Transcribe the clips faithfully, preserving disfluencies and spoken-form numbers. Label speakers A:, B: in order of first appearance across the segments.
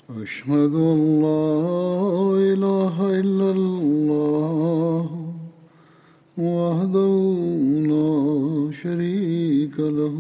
A: أشهد أن لا إله إلا الله وحده لا شريك له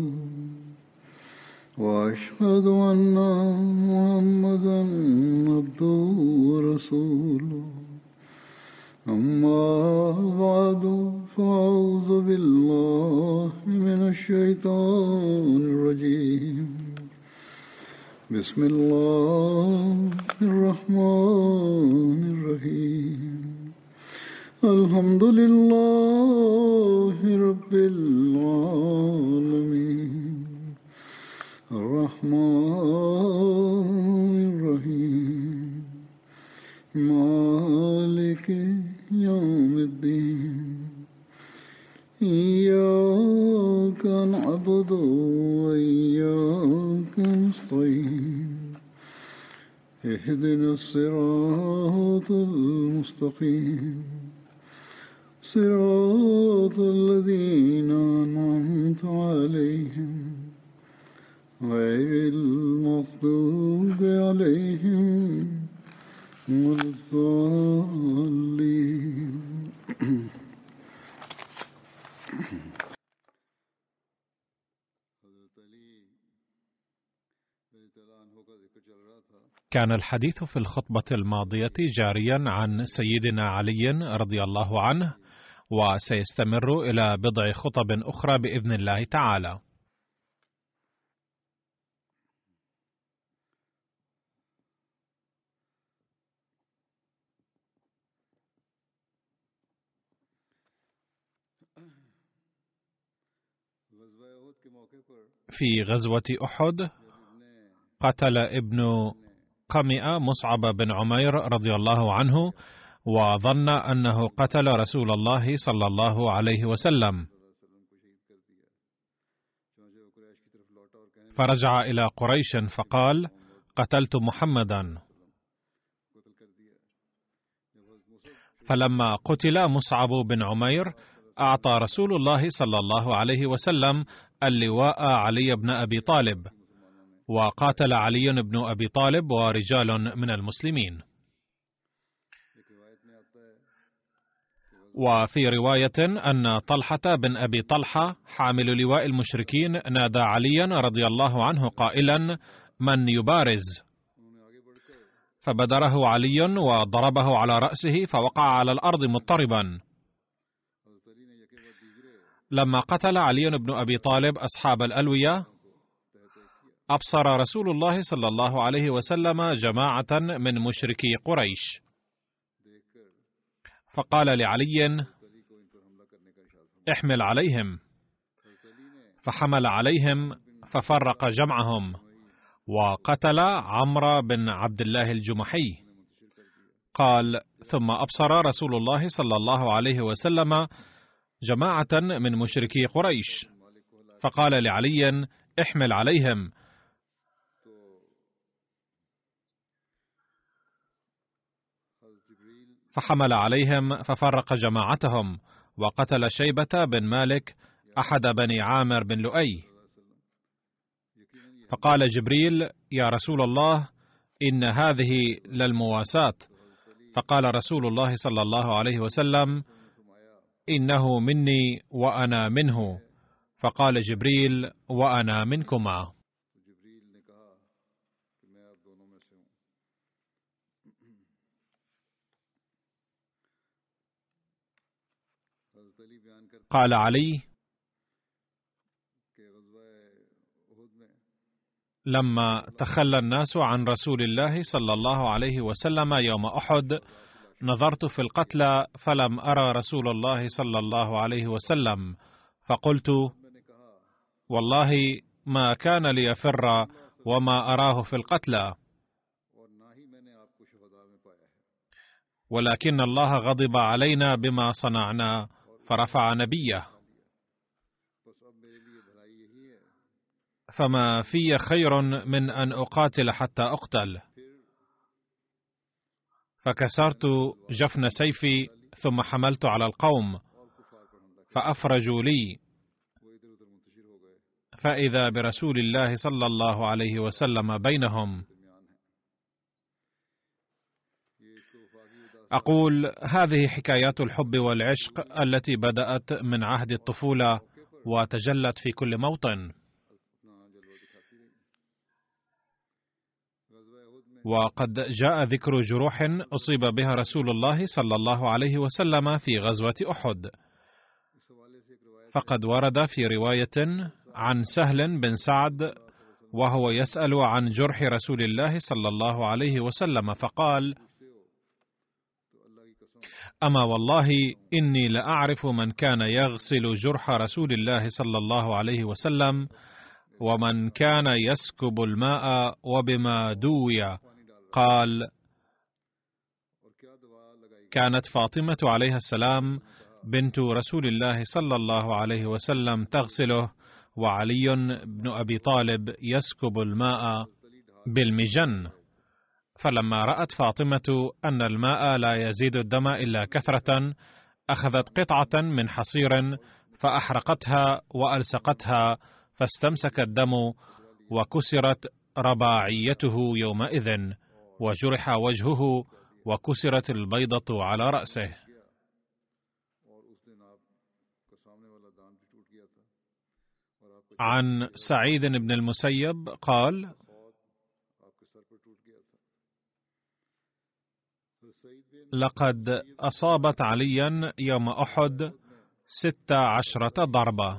A: وأشهد أن محمدا عبده ورسوله أما بعد فأعوذ بالله من الشيطان الرجيم بسم الله الرحمن الرحيم الحمد لله رب العالمين الرحمن الرحيم مالك يوم الدين إياك نعبد وإياك نستعين اهدنا الصراط المستقيم صراط الذين أنعمت عليهم غير المغضوب عليهم ولا الضالين.
B: كان الحديث في الخطبة الماضية جاريا عن سيدنا علي رضي الله عنه، وسيستمر إلى بضع خطب أخرى بإذن الله تعالى. في غزوة أحد قتل ابن قمئة مصعب بن عمير رضي الله عنه، وظن أنه قتل رسول الله صلى الله عليه وسلم، فرجع إلى قريش فقال: قتلت محمدا. فلما قتل مصعب بن عمير أعطى رسول الله صلى الله عليه وسلم اللواء علي بن أبي طالب، وقاتل علي بن أبي طالب ورجال من المسلمين. وفي رواية أن طلحة بن أبي طلحة حامل لواء المشركين نادى عليا رضي الله عنه قائلا: من يبارز؟ فبدره علي وضربه على رأسه فوقع على الأرض مضطربا. لما قتل علي بن أبي طالب أصحاب الألوية أبصر رسول الله صلى الله عليه وسلم جماعة من مشركي قريش، فقال لعلي: احمل عليهم. فحمل عليهم ففرق جمعهم وقتل عمرو بن عبد الله الجمحي. قال: ثم أبصر رسول الله صلى الله عليه وسلم جماعة من مشركي قريش، فقال لعلي: احمل عليهم. فحمل عليهم ففرق جماعتهم وقتل شيبة بن مالك أحد بني عامر بن لؤي. فقال جبريل: يا رسول الله، إن هذه للمواساة. فقال رسول الله صلى الله عليه وسلم: إنه مني وأنا منه. فقال جبريل: وأنا منكما. قال علي: لما تخلى الناس عن رسول الله صلى الله عليه وسلم يوم أحد نظرت في القتلى فلم أرى رسول الله صلى الله عليه وسلم، فقلت: والله ما كان ليفر وما أراه في القتلى، ولكن الله غضب علينا بما صنعنا فرفع نبيه، فما في خير من أن أقاتل حتى أقتل. فكسرت جفن سيفي ثم حملت على القوم فأفرجوا لي، فإذا برسول الله صلى الله عليه وسلم بينهم، أقول: هذه حكايات الحب والعشق التي بدأت من عهد الطفولة وتجلت في كل موطن. وقد جاء ذكر جروح أصيب بها رسول الله صلى الله عليه وسلم في غزوة أحد، فقد ورد في رواية عن سهل بن سعد وهو يسأل عن جرح رسول الله صلى الله عليه وسلم، فقال: أما والله إني لأعرف من كان يغسل جرح رسول الله صلى الله عليه وسلم، ومن كان يسكب الماء وبما دوي. قال: كانت فاطمة عليها السلام بنت رسول الله صلى الله عليه وسلم تغسله، وعلي بن أبي طالب يسكب الماء بالمجن. فلما رأت فاطمة أن الماء لا يزيد الدم إلا كثرة، أخذت قطعة من حصير فأحرقتها وألصقتها، فاستمسك الدم وكسرت رباعيته يومئذ، وجرح وجهه وكسرت البيضة على رأسه. عن سعيد بن المسيب قال: لقد أصابت عليا يوم أحد ست عشرة ضربة.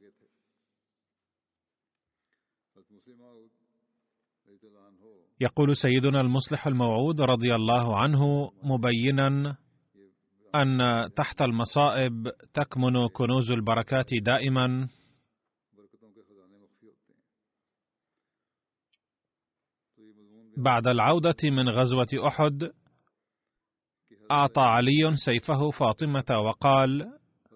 B: يقول سيدنا المصلح الموعود رضي الله عنه مبينا أن تحت المصائب تكمن كنوز البركات دائما. بعد العودة من غزوة أحد أعطى علي سيفه فاطمة وقال: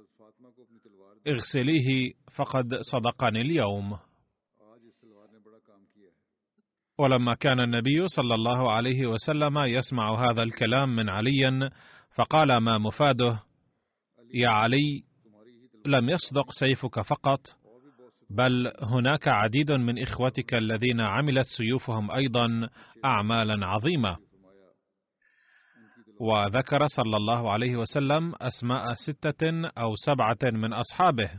B: اغسليه فقد صدقني اليوم. ولما كان النبي صلى الله عليه وسلم يسمع هذا الكلام من علي فقال: ما مفاده يا علي؟ لم يصدق سيفك فقط، بل هناك عديد من إخوتك الذين عملت سيوفهم أيضا أعمالا عظيمة. وذكر صلى الله عليه وسلم أسماء ستة أو سبعة من أصحابه،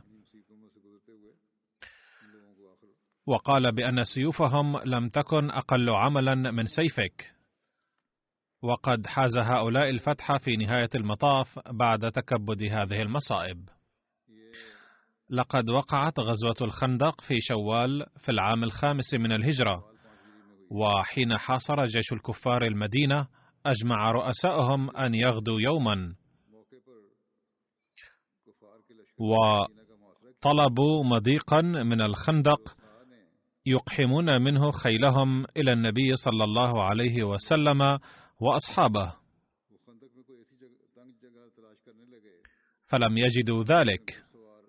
B: وقال بأن سيوفهم لم تكن أقل عملا من سيفك، وقد حاز هؤلاء الفتح في نهاية المطاف بعد تكبد هذه المصائب. لقد وقعت غزوة الخندق في شوال في العام الخامس من الهجرة، وحين حاصر جيش الكفار المدينة أجمع رؤساؤهم أن يغدوا يوما، وطلبوا مضيقا من الخندق يقحمون منه خيلهم إلى النبي صلى الله عليه وسلم وأصحابه، فلم يجدوا ذلك،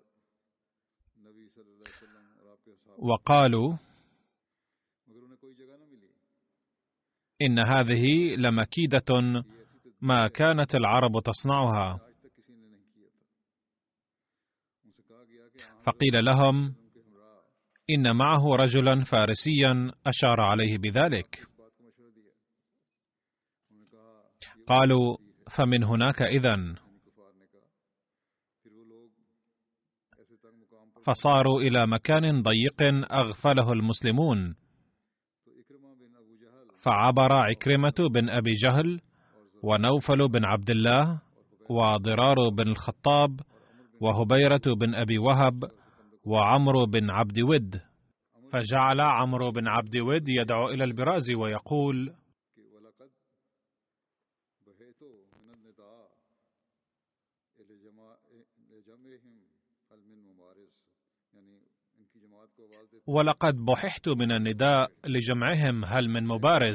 B: وقالوا: إن هذه لمكيدة ما كانت العرب تصنعها. فقيل لهم: إن معه رجلا فارسيا أشار عليه بذلك. قالوا: فمن هناك إذن. فصاروا إلى مكان ضيق أغفله المسلمون، فعبر عكرمة بن أبي جهل ونوفل بن عبد الله وضرار بن الخطاب وهبيرة بن أبي وهب وعمرو بن عبد ود، فجعل عمرو بن عبد ود يدعو إلى البراز ويقول: ولقد بححت من النداء لجمعهم هل من مبارز؟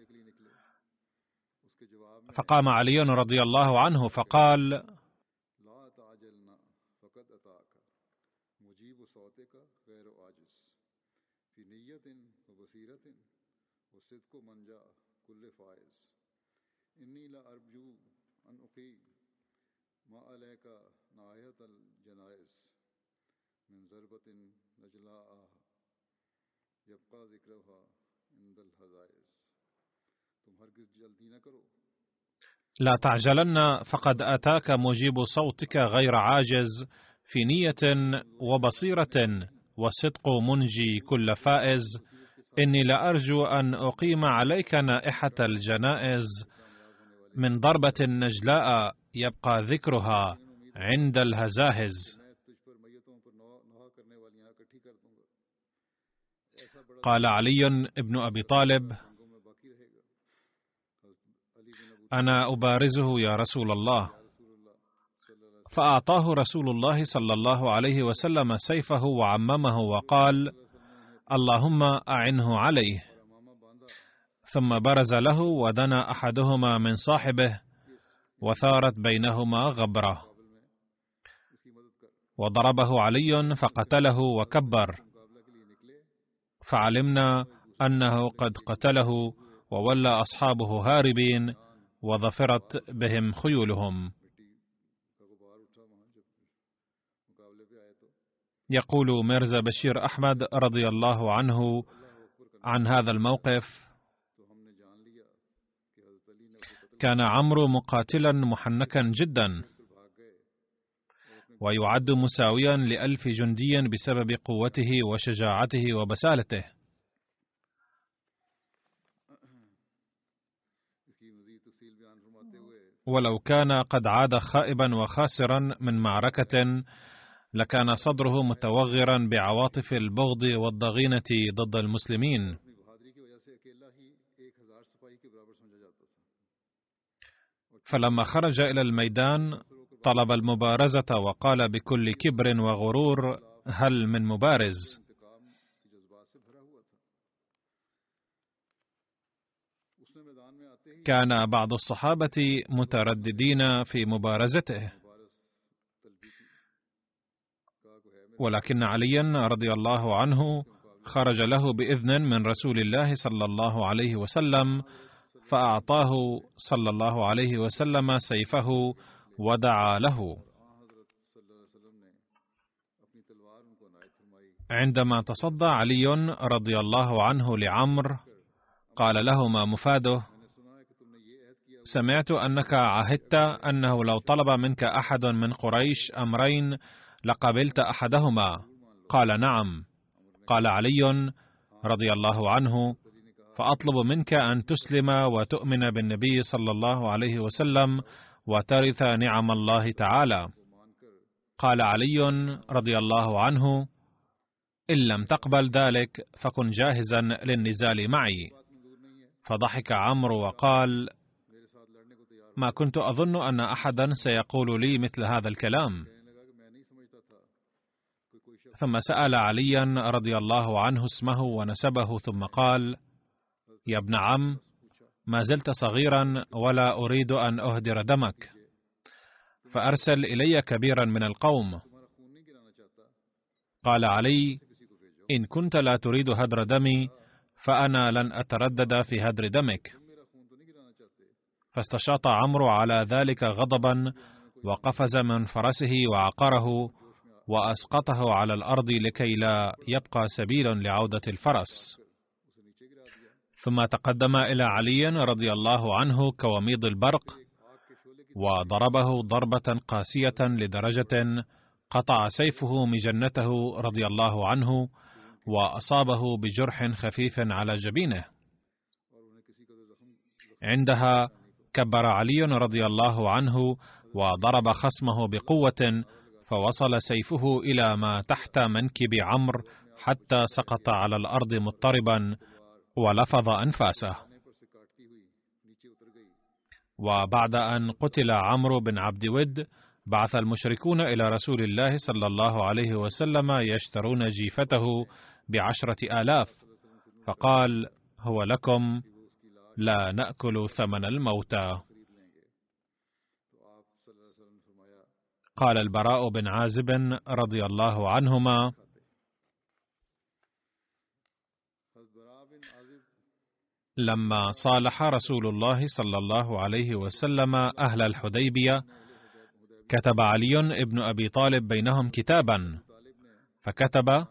B: فقام علي رضي الله عنه فقال: لا تعجلن فقد أتاك مجيب صوتك غير عاجز في نية وبصيرة، والصدق منجي كل فائز. إني لأرجو أن أقيم عليك نائحة الجنائز من ضربة نجلاء يبقى ذكرها عند الهزاهز. قال علي بن أبي طالب: أنا أبارزه يا رسول الله. فأعطاه رسول الله صلى الله عليه وسلم سيفه وعممه وقال: اللهم أعنه عليه. ثم برز له ودنا أحدهما من صاحبه، وثارت بينهما غبرة، وضربه علي فقتله وكبر، فعلمنا أنه قد قتله، وولى أصحابه هاربين، وظفرت بهم خيولهم. يقول ميرزا بشير أحمد رضي الله عنه عن هذا الموقف: كان عمرو مقاتلا محنكا جدا، ويعد مساويا لألف جندي بسبب قوته وشجاعته وبسالته. ولو كان قد عاد خائبا وخاسرا من معركة، لكان صدره متوغرا بعواطف البغض والضغينة ضد المسلمين. فلما خرج إلى الميدان طلب المبارزة، وقال بكل كبر وغرور: هل من مبارز؟ كان بعض الصحابة مترددين في مبارزته، ولكن عليا رضي الله عنه خرج له بإذن من رسول الله صلى الله عليه وسلم، فأعطاه صلى الله عليه وسلم سيفه ودعا له. عندما تصدى علي رضي الله عنه لعمرو قال له ما مفاده: سمعت أنك عهدت أنه لو طلب منك أحد من قريش أمرين لقبلت أحدهما. قال: نعم. قال علي رضي الله عنه: فأطلب منك أن تسلم وتؤمن بالنبي صلى الله عليه وسلم وترث نعم الله تعالى. قال علي رضي الله عنه: إن لم تقبل ذلك فكن جاهزا للنزال معي. فضحك عمرو وقال: ما كنت أظن أن أحدا سيقول لي مثل هذا الكلام. ثم سأل عليا رضي الله عنه اسمه ونسبه، ثم قال: يا ابن عم، ما زلت صغيرا ولا أريد أن أهدر دمك، فأرسل إلي كبيرا من القوم. قال علي: إن كنت لا تريد هدر دمي فأنا لن أتردد في هدر دمك. فاستشاط عمرو على ذلك غضبا، وقفز من فرسه وعقره وأسقطه على الأرض لكي لا يبقى سبيل لعودة الفرس. ثم تقدم إلى علي رضي الله عنه كوميض البرق، وضربه ضربة قاسية لدرجة قطع سيفه مجنته رضي الله عنه، وأصابه بجرح خفيف على جبينه. عندها كبر علي رضي الله عنه وضرب خصمه بقوة، فوصل سيفه إلى ما تحت منكب عمرو حتى سقط على الأرض مضطربا ولفظ أنفاسه. وبعد أن قتل عمرو بن عبد ود، بعث المشركون إلى رسول الله صلى الله عليه وسلم يشترون جيفته بعشرة آلاف، فقال: هو لكم، لا نأكل ثمن الموتى. قال البراء بن عازب رضي الله عنهما: لما صالح رسول الله صلى الله عليه وسلم أهل الحديبية، كتب علي بن أبي طالب بينهم كتابا، فكتب: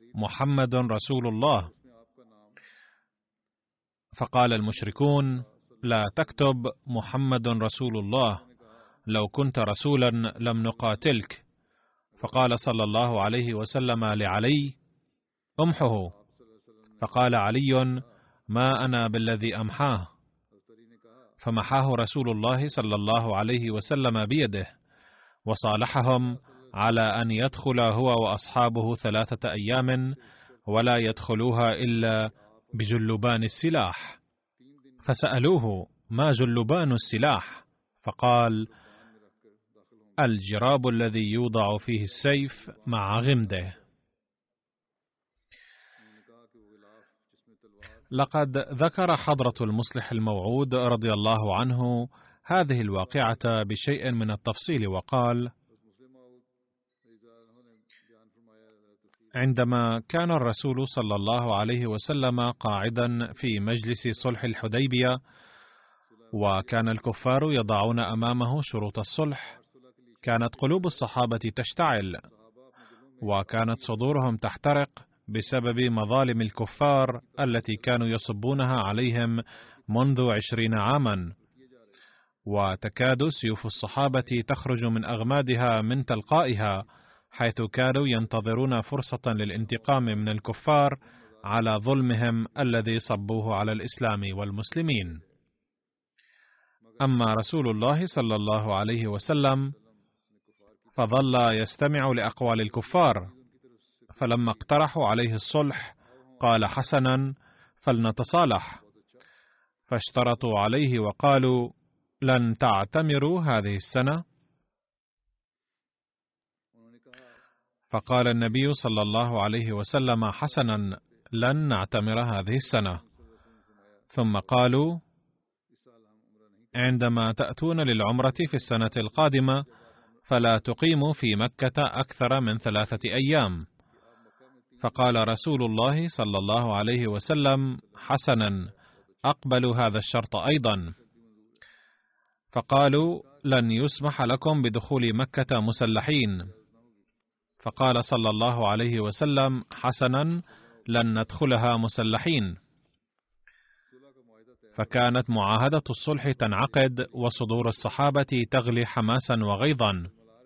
B: محمد رسول الله. فقال المشركون: لا تكتب محمد رسول الله، لو كنت رسولا لم نقاتلك. فقال صلى الله عليه وسلم لعلي: امحه. فقال علي: ما أنا بالذي أمحاه. فمحاه رسول الله صلى الله عليه وسلم بيده، وصالحهم على أن يدخل هو وأصحابه ثلاثة أيام ولا يدخلوها إلا بجلبان السلاح. فسألوه: ما جلبان السلاح؟ فقال: الجراب الذي يوضع فيه السيف مع غمده. لقد ذكر حضرة المصلح الموعود رضي الله عنه هذه الواقعة بشيء من التفصيل، وقال: عندما كان الرسول صلى الله عليه وسلم قاعدا في مجلس صلح الحديبية، وكان الكفار يضعون أمامه شروط الصلح، كانت قلوب الصحابة تشتعل، وكانت صدورهم تحترق بسبب مظالم الكفار التي كانوا يصبونها عليهم منذ عشرين عاما، وتكاد سيوف الصحابة تخرج من أغمادها من تلقائها، حيث كانوا ينتظرون فرصة للانتقام من الكفار على ظلمهم الذي صبوه على الإسلام والمسلمين. أما رسول الله صلى الله عليه وسلم فظل يستمع لأقوال الكفار، فلما اقترحوا عليه الصلح قال: حسنا، فلنتصالح. فاشترطوا عليه وقالوا: لن تعتمروا هذه السنة؟ فقال النبي صلى الله عليه وسلم: حسنا، لن نعتمر هذه السنة. ثم قالوا: عندما تأتون للعمرة في السنة القادمة فلا تقيموا في مكة أكثر من ثلاثة أيام. فقال رسول الله صلى الله عليه وسلم: حسنا، أقبلوا هذا الشرط أيضا. فقالوا: لن يسمح لكم بدخول مكة مسلحين. فقال صلى الله عليه وسلم: حسنا، لن ندخلها مسلحين. فكانت معاهدة الصلح تنعقد، وصدور الصحابة تغلي حماسا وغيظا،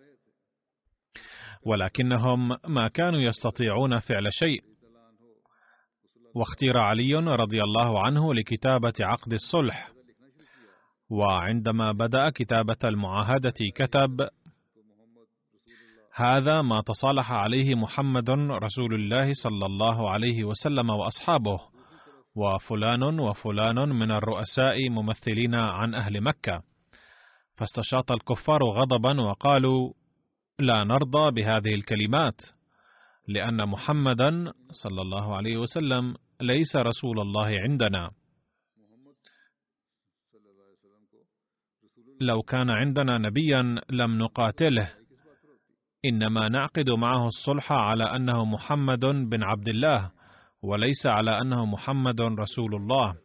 B: ولكنهم ما كانوا يستطيعون فعل شيء. واختير علي رضي الله عنه لكتابة عقد الصلح، وعندما بدأ كتابة المعاهدة كتب: هذا ما تصالح عليه محمد رسول الله صلى الله عليه وسلم وأصحابه، وفلان وفلان من الرؤساء ممثلين عن أهل مكة. فاستشاط الكفار غضبا وقالوا: لا نرضى بهذه الكلمات، لأن محمدا صلى الله عليه وسلم ليس رسول الله عندنا. لو كان عندنا نبيا لم نقاتله، إنما نعقد معه الصلح على أنه محمد بن عبد الله، وليس على أنه محمد رسول الله.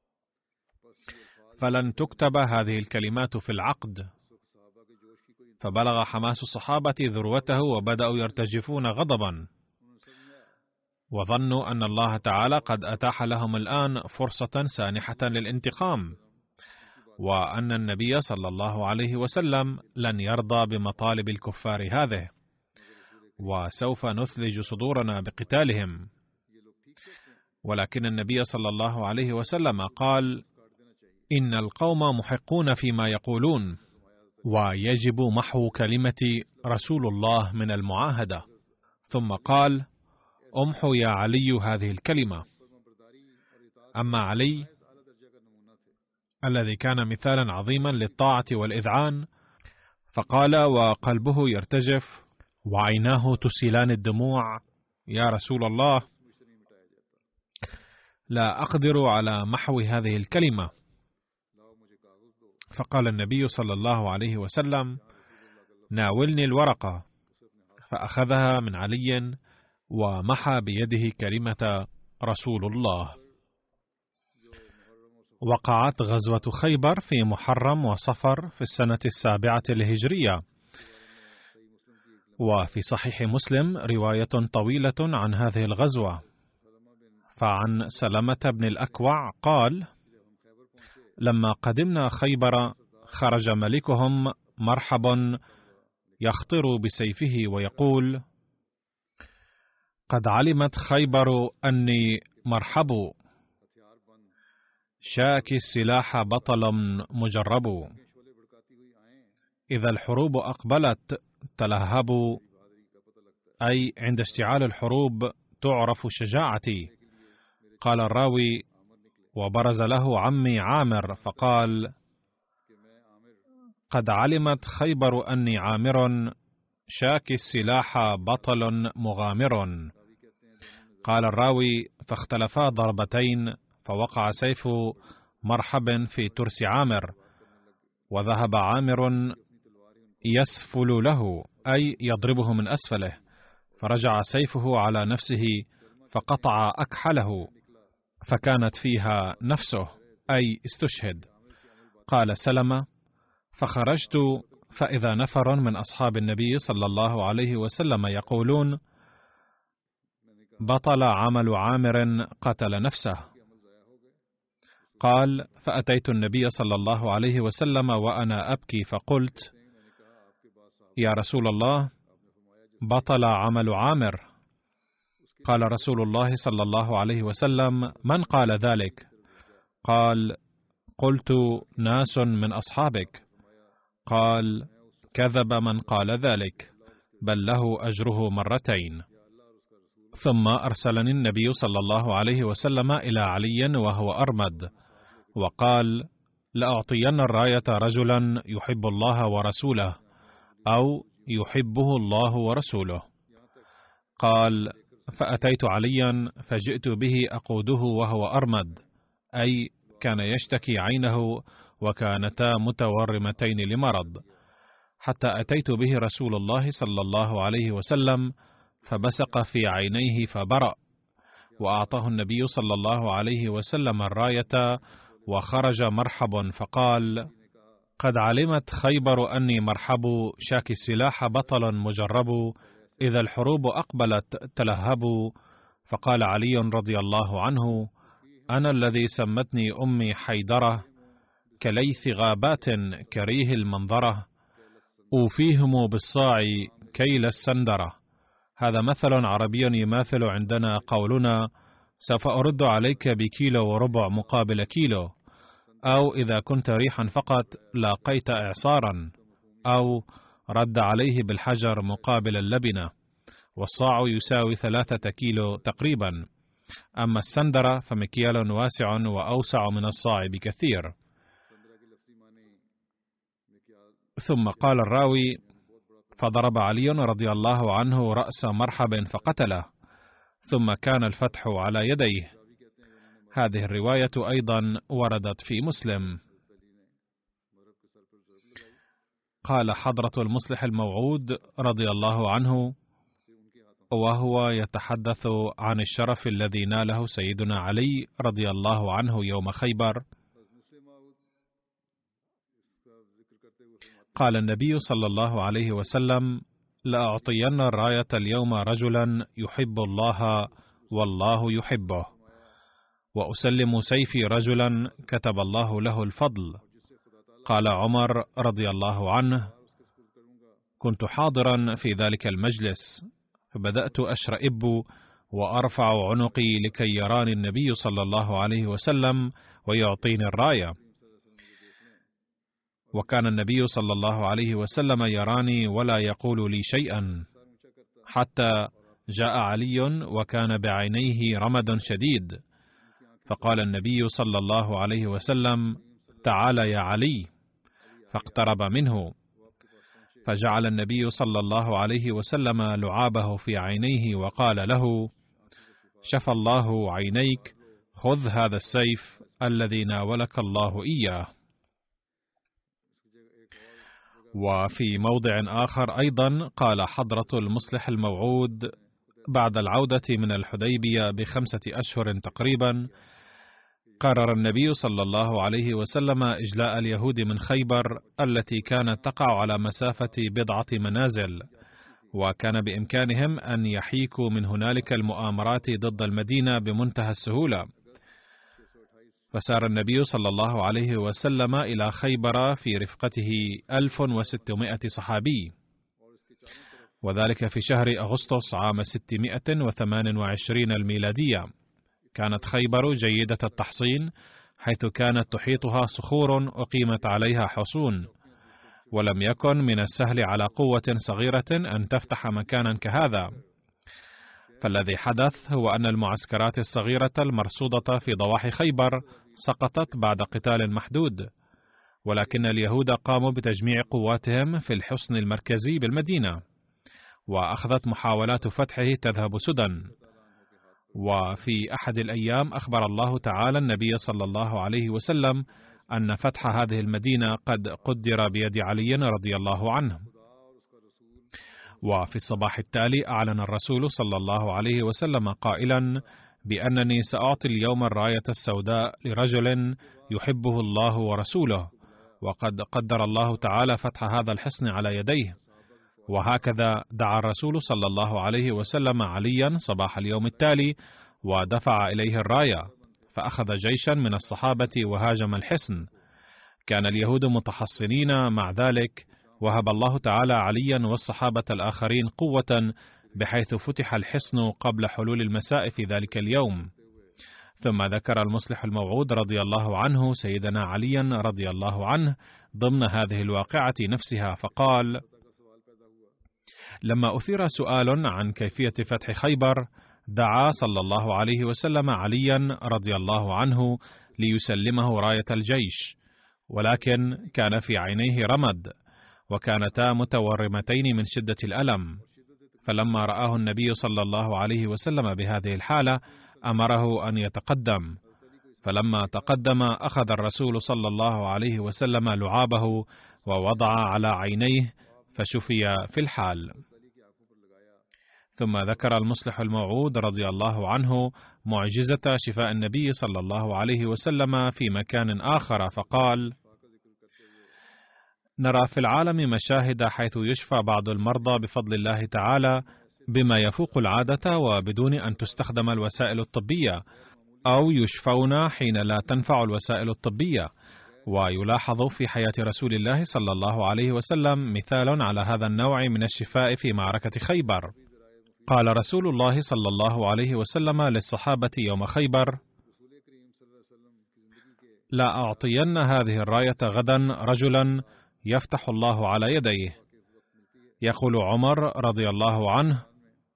B: فلن تكتب هذه الكلمات في العقد. فبلغ حماس الصحابة ذروته، وبدأوا يرتجفون غضبا، وظنوا أن الله تعالى قد أتاح لهم الآن فرصة سانحة للانتقام، وأن النبي صلى الله عليه وسلم لن يرضى بمطالب الكفار هذه، وسوف نثلج صدورنا بقتالهم. ولكن النبي صلى الله عليه وسلم قال: إن القوم محقون فيما يقولون، ويجب محو كلمة رسول الله من المعاهدة. ثم قال: امحوا يا علي هذه الكلمة. أما علي الذي كان مثالا عظيما للطاعة والإذعان، فقال وقلبه يرتجف وعيناه تسيلان الدموع: يا رسول الله، لا أقدر على محو هذه الكلمة. فقال النبي صلى الله عليه وسلم: ناولني الورقة. فأخذها من علي ومحى بيده كلمة رسول الله. وقعت غزوة خيبر في محرم وصفر في السنة السابعة الهجرية. وفي صحيح مسلم رواية طويلة عن هذه الغزوة. فعن سلمة بن الأكوع قال: لما قدمنا خيبر خرج ملكهم مرحب يخطر بسيفه ويقول: قد علمت خيبر أني مرحب، شاكي السلاح بطل مجرب، إذا الحروب أقبلت تلهبوا، أي عند اشتعال الحروب تعرف شجاعتي. قال الراوي: وبرز له عمي عامر فقال: قد علمت خيبر أني عامر، شاكي السلاح بطل مغامر. قال الراوي: فاختلفا ضربتين، فوقع سيف مرحب في ترس عامر، وذهب عامر يسفل له، أي يضربه من أسفله، فرجع سيفه على نفسه فقطع أكحله، فكانت فيها نفسه، أي استشهد. قال سلمة: فخرجت فإذا نفر من أصحاب النبي صلى الله عليه وسلم يقولون: بطل عمل عامر قتل نفسه. قال: فأتيت النبي صلى الله عليه وسلم وأنا أبكي فقلت: يا رسول الله، بطل عمل عامر. قال رسول الله صلى الله عليه وسلم: من قال ذلك؟ قال: قلت: ناس من أصحابك. قال: كذب من قال ذلك، بل له أجره مرتين. ثم أرسلني النبي صلى الله عليه وسلم إلى علي وهو أرمد، وقال: لأعطين الراية رجلا يحب الله ورسوله، أو يحبه الله ورسوله. قال: فأتيت عليا فجئت به أقوده وهو أرمد، أي كان يشتكي عينه وكانتا متورمتين لمرض، حتى أتيت به رسول الله صلى الله عليه وسلم فبصق في عينيه فبرأ، وأعطاه النبي صلى الله عليه وسلم الراية وخرج مرحب فقال: قد علمت خيبر أني مرحب، شاكي السلاح بطل مجرب، إذا الحروب أقبلت تلهبوا. فقال علي رضي الله عنه: أنا الذي سمتني أمي حيدرة، كليث غابات كريه المنظرة، أوفيهم بالصاع كيل السندرة. هذا مثل عربي يماثل عندنا قولنا: سوف أرد عليك بكيلو وربع مقابل كيلو، أو إذا كنت ريحا فقط لاقيت إعصارا، أو رد عليه بالحجر مقابل اللبنة، والصاع يساوي ثلاثة كيلو تقريبا، أما السندرة فمكيال واسع وأوسع من الصاع بكثير. ثم قال الراوي: فضرب علي رضي الله عنه رأس مرحب فقتله، ثم كان الفتح على يديه. هذه الرواية أيضا وردت في مسلم. قال حضرة المصلح الموعود رضي الله عنه وهو يتحدث عن الشرف الذي ناله سيدنا علي رضي الله عنه يوم خيبر: قال النبي صلى الله عليه وسلم: لأعطين الراية اليوم رجلا يحب الله والله يحبه، وأسلم سيفي رجلا كتب الله له الفضل. قال عمر رضي الله عنه: كنت حاضرا في ذلك المجلس، فبدأت أشرئب وأرفع عنقي لكي يراني النبي صلى الله عليه وسلم ويعطيني الراية، وكان النبي صلى الله عليه وسلم يراني ولا يقول لي شيئا، حتى جاء علي وكان بعينيه رمد شديد، فقال النبي صلى الله عليه وسلم: تعال يا علي، فاقترب منه، فجعل النبي صلى الله عليه وسلم لعابه في عينيه وقال له: شفى الله عينيك، خذ هذا السيف الذي ناولك الله إياه. وفي موضع آخر أيضا قال حضرة المصلح الموعود بعد العودة من الحديبية بخمسة أشهر تقريبا، قرر النبي صلى الله عليه وسلم إجلاء اليهود من خيبر التي كانت تقع على مسافة بضعة منازل، وكان بإمكانهم أن يحيكوا من هنالك المؤامرات ضد المدينة بمنتهى السهولة. فسار النبي صلى الله عليه وسلم إلى خيبر في رفقته ألف وستمائة صحابي، وذلك في شهر أغسطس عام ستمائة وثمان وعشرين الميلادية. كانت خيبر جيدة التحصين، حيث كانت تحيطها صخور أقيمت عليها حصون، ولم يكن من السهل على قوة صغيرة أن تفتح مكانا كهذا. فالذي حدث هو أن المعسكرات الصغيرة المرصودة في ضواحي خيبر سقطت بعد قتال محدود، ولكن اليهود قاموا بتجميع قواتهم في الحصن المركزي بالمدينة، وأخذت محاولات فتحه تذهب سدى. وفي أحد الأيام أخبر الله تعالى النبي صلى الله عليه وسلم أن فتح هذه المدينة قد قدر بيد علي رضي الله عنه. وفي الصباح التالي أعلن الرسول صلى الله عليه وسلم قائلا بأنني سأعطي اليوم الراية السوداء لرجل يحبه الله ورسوله، وقد قدر الله تعالى فتح هذا الحصن على يديه. وهكذا دعا الرسول صلى الله عليه وسلم عليا صباح اليوم التالي ودفع إليه الراية، فأخذ جيشا من الصحابة وهاجم الحصن. كان اليهود متحصنين، مع ذلك وهب الله تعالى عليا والصحابة الآخرين قوة بحيث فتح الحصن قبل حلول المساء في ذلك اليوم. ثم ذكر المصلح الموعود رضي الله عنه سيدنا عليا رضي الله عنه ضمن هذه الواقعة نفسها، فقال: لما أثير سؤال عن كيفية فتح خيبر دعا صلى الله عليه وسلم عليا رضي الله عنه ليسلمه راية الجيش، ولكن كان في عينيه رمد، وكانتا متورمتين من شدة الألم. فلما رآه النبي صلى الله عليه وسلم بهذه الحالة أمره أن يتقدم، فلما تقدم أخذ الرسول صلى الله عليه وسلم لعابه ووضع على عينيه فشفي في الحال. ثم ذكر المصلح الموعود رضي الله عنه معجزة شفاء النبي صلى الله عليه وسلم في مكان آخر، فقال: نرى في العالم مشاهد حيث يشفى بعض المرضى بفضل الله تعالى بما يفوق العادة وبدون أن تستخدم الوسائل الطبية، أو يشفون حين لا تنفع الوسائل الطبية. ويلاحظ في حياة رسول الله صلى الله عليه وسلم مثال على هذا النوع من الشفاء في معركة خيبر. قال رسول الله صلى الله عليه وسلم للصحابة يوم خيبر: لا أعطين هذه الراية غدا رجلا يفتح الله على يديه. يقول عمر رضي الله عنه: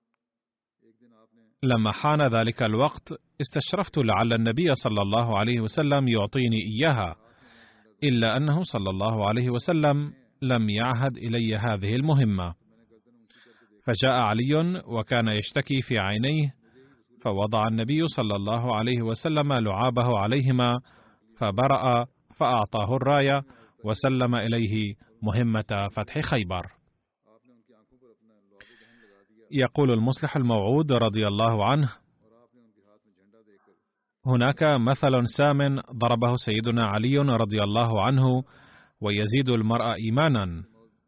B: لما حان ذلك الوقت استشرفت لعل النبي صلى الله عليه وسلم يعطيني إياها، إلا أنه صلى الله عليه وسلم لم يعهد إلي هذه المهمة. فجاء علي وكان يشتكي في عينيه، فوضع النبي صلى الله عليه وسلم لعابه عليهما فبرأ، فأعطاه الراية وسلم إليه مهمة فتح خيبر. يقول المصلح الموعود رضي الله عنه: هناك مثل سام ضربه سيدنا علي رضي الله عنه ويزيد المرء إيمانا.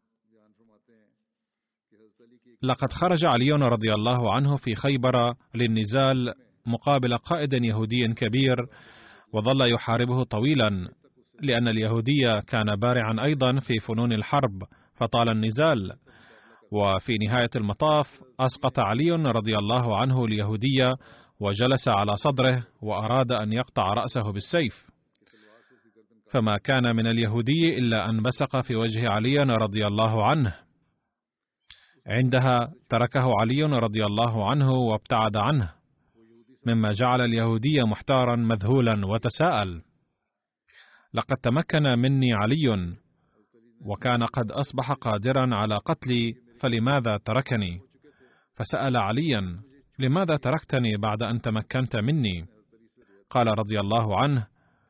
B: لقد خرج علي رضي الله عنه في خيبر للنزال مقابل قائد يهودي كبير، وظل يحاربه طويلا، لأن اليهودي كان بارعا أيضا في فنون الحرب، فطال النزال. وفي نهاية المطاف أسقط علي رضي الله عنه اليهودي وجلس على صدره وأراد أن يقطع رأسه بالسيف، فما كان من اليهودي إلا أن بصق في وجه علي رضي الله عنه. عندها تركه علي رضي الله عنه وابتعد عنه، مما جعل اليهودي محتارا مذهولا وتساءل: لقد تمكن مني علي وكان قد أصبح قادرا على قتلي، فلماذا تركني؟ فسأل عليا: لماذا تركتني بعد أن تمكنت مني؟ قال رضي الله عنه: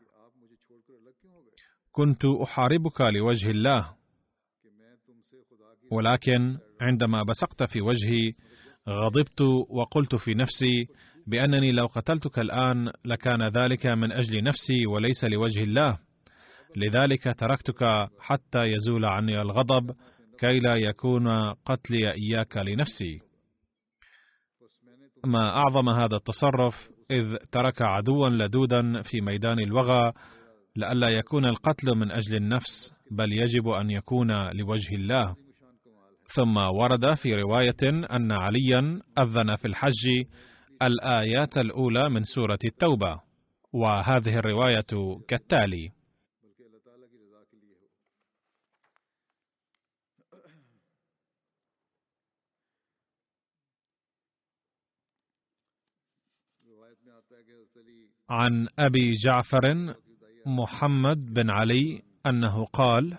B: كنت أحاربك لوجه الله، ولكن عندما بصقت في وجهي غضبت وقلت في نفسي بأنني لو قتلتك الآن لكان ذلك من أجل نفسي وليس لوجه الله، لذلك تركتك حتى يزول عني الغضب كي لا يكون قتلي إياك لنفسي. ما أعظم هذا التصرف إذ ترك عدوا لدودا في ميدان الوغى لئلا يكون القتل من أجل النفس، بل يجب أن يكون لوجه الله. ثم ورد في رواية أن عليا أذن في الحج الآيات الأولى من سورة التوبة، وهذه الرواية كالتالي: عن أبي جعفر محمد بن علي أنه قال: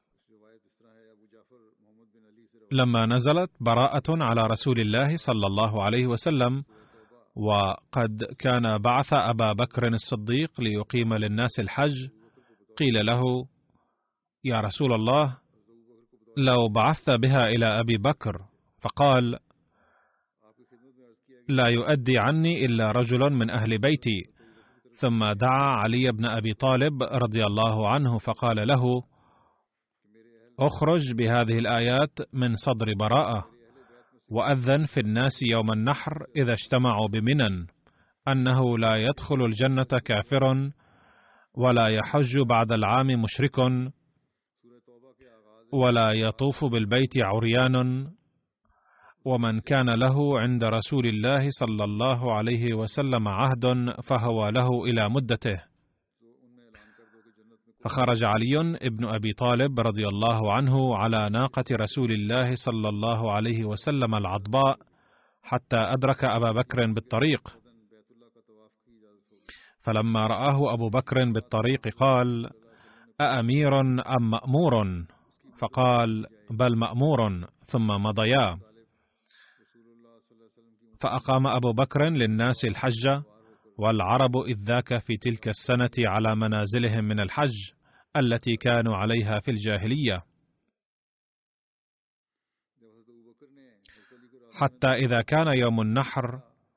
B: لما نزلت براءة على رسول الله صلى الله عليه وسلم، وقد كان بعث أبا بكر الصديق ليقيم للناس الحج، قيل له: يا رسول الله، لو بعثت بها إلى أبي بكر، فقال: لا يؤدي عني إلا رجل من أهل بيتي. ثم دعا علي بن أبي طالب رضي الله عنه فقال له: اخرج بهذه الآيات من صدر براءة، وأذن في الناس يوم النحر إذا اجتمعوا بمنى أنه لا يدخل الجنة كافر، ولا يحج بعد العام مشرك، ولا يطوف بالبيت عريان، ومن كان له عند رسول الله صلى الله عليه وسلم عهد فهو له إلى مدته. فخرج علي بن أبي طالب رضي الله عنه على ناقة رسول الله صلى الله عليه وسلم العضباء حتى أدرك أبا بكر بالطريق، فلما رآه أبو بكر بالطريق قال: أأمير أم مأمور؟ فقال: بل مأمور. ثم مضيا، فأقام أبو بكر للناس الحج، والعرب إذ ذاك في تلك السنة على منازلهم من الحج التي كانوا عليها في الجاهلية، حتى إذا كان يوم النحر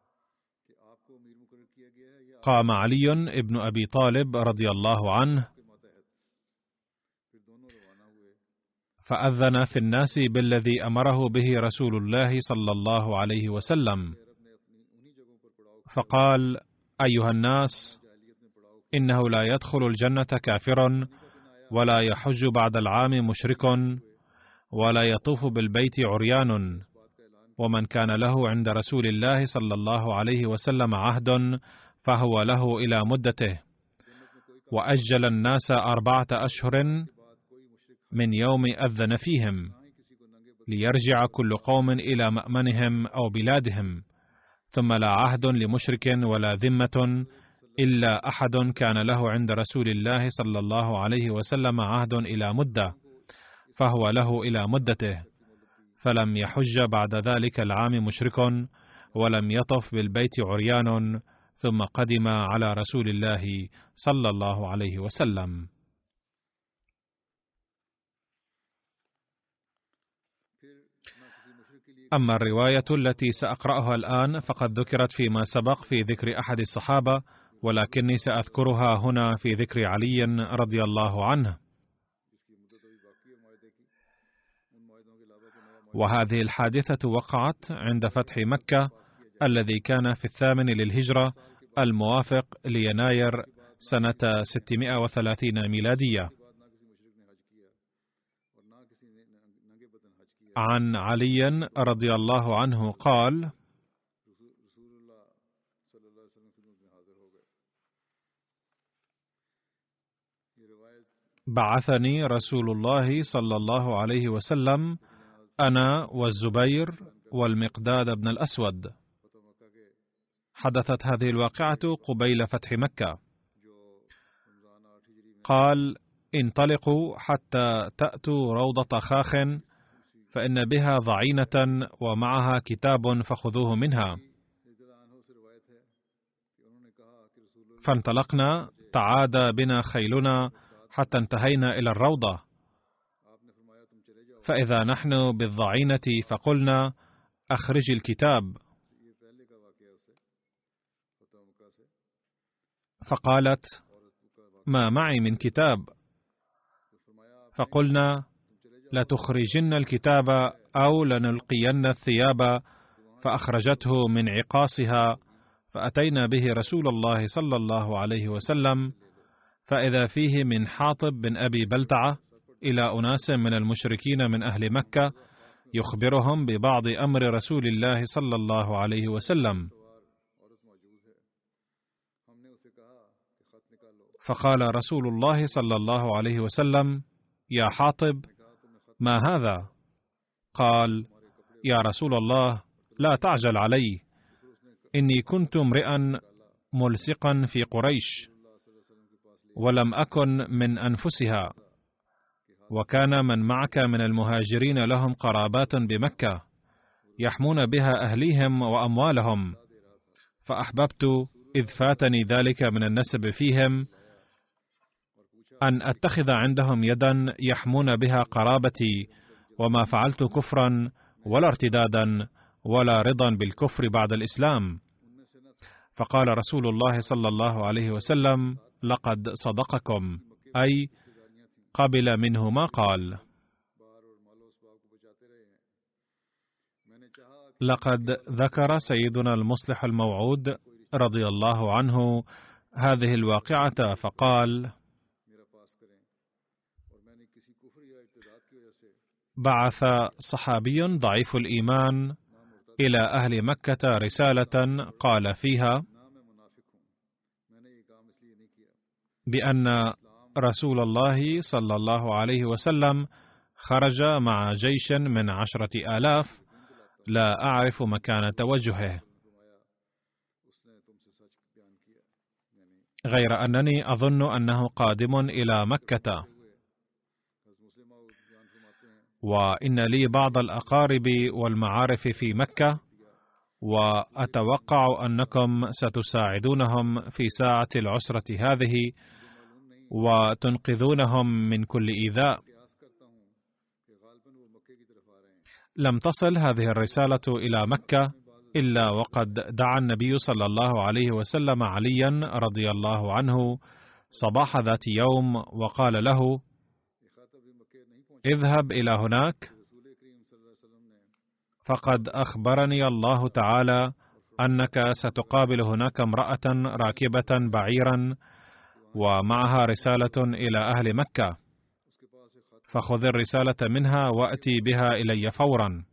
B: قام علي بن أبي طالب رضي الله عنه فأذن في الناس بالذي أمره به رسول الله صلى الله عليه وسلم، فقال: أيها الناس، إنه لا يدخل الجنة كافر، ولا يحج بعد العام مشرك، ولا يطوف بالبيت عريان، ومن كان له عند رسول الله صلى الله عليه وسلم عهد فهو له إلى مدته. وأجل الناس أربعة أشهر من يوم أذن فيهم، ليرجع كل قوم إلى مأمنهم أو بلادهم، ثم لا عهد لمشرك ولا ذمة إلا أحد كان له عند رسول الله صلى الله عليه وسلم عهد إلى مدة، فهو له إلى مدته. فلم يحج بعد ذلك العام مشرك، ولم يطف بالبيت عريان، ثم قدم على رسول الله صلى الله عليه وسلم. أما الرواية التي سأقرأها الآن فقد ذكرت فيما سبق في ذكر أحد الصحابة، ولكني سأذكرها هنا في ذكر علي رضي الله عنه. وهذه الحادثة وقعت عند فتح مكة الذي كان في الثامن للهجرة الموافق ليناير سنة ستمائة وثلاثين ميلادية. عن علي رضي الله عنه قال: بعثني رسول الله صلى الله عليه وسلم أنا والزبير والمقداد بن الأسود. حدثت هذه الواقعة قبيل فتح مكة. قال: انطلقوا حتى تأتوا روضة خاخ، فإن بها ضعينة ومعها كتاب فخذوه منها. فانطلقنا، تعادى بنا خيلنا حتى انتهينا إلى الروضة، فإذا نحن بالضعينة فقلنا: أخرج الكتاب. فقالت: ما معي من كتاب. فقلنا: لتخرجن الكتاب أو لنلقين الثياب. فأخرجته من عقاصها، فأتينا به رسول الله صلى الله عليه وسلم، فإذا فيه من حاطب بن أبي بلتعة إلى أناس من المشركين من أهل مكة يخبرهم ببعض أمر رسول الله صلى الله عليه وسلم. فقال رسول الله صلى الله عليه وسلم: يا حاطب، ما هذا؟ قال: يا رسول الله، لا تعجل علي، إني كنت امرئا ملصقا في قريش، ولم أكن من أنفسها، وكان من معك من المهاجرين لهم قرابات بمكة يحمون بها أهليهم وأموالهم، فأحببت إذ فاتني ذلك من النسب فيهم أن أتخذ عندهم يدا يحمون بها قرابتي، وما فعلت كفرا ولا ارتدادا ولا رضا بالكفر بعد الإسلام. فقال رسول الله صلى الله عليه وسلم: لقد صدقكم، أي قبل منه ما قال. لقد ذكر سيدنا المصلح الموعود رضي الله عنه هذه الواقعة فقال: بعث صحابي ضعيف الإيمان إلى أهل مكة رسالة قال فيها بأن رسول الله صلى الله عليه وسلم خرج مع جيش من عشرة آلاف لا أعرف مكان توجهه، غير أنني أظن أنه قادم إلى مكة، وإن لي بعض الأقارب والمعارف في مكة، وأتوقع أنكم ستساعدونهم في ساعة العسرة هذه وتنقذونهم من كل إيذاء. لم تصل هذه الرسالة إلى مكة إلا وقد دعا النبي صلى الله عليه وسلم عليا رضي الله عنه صباح ذات يوم وقال له: اذهب إلى هناك، فقد أخبرني الله تعالى أنك ستقابل هناك امرأة راكبة بعيرا ومعها رسالة إلى أهل مكة، فخذ الرسالة منها وأتي بها إلي فورا.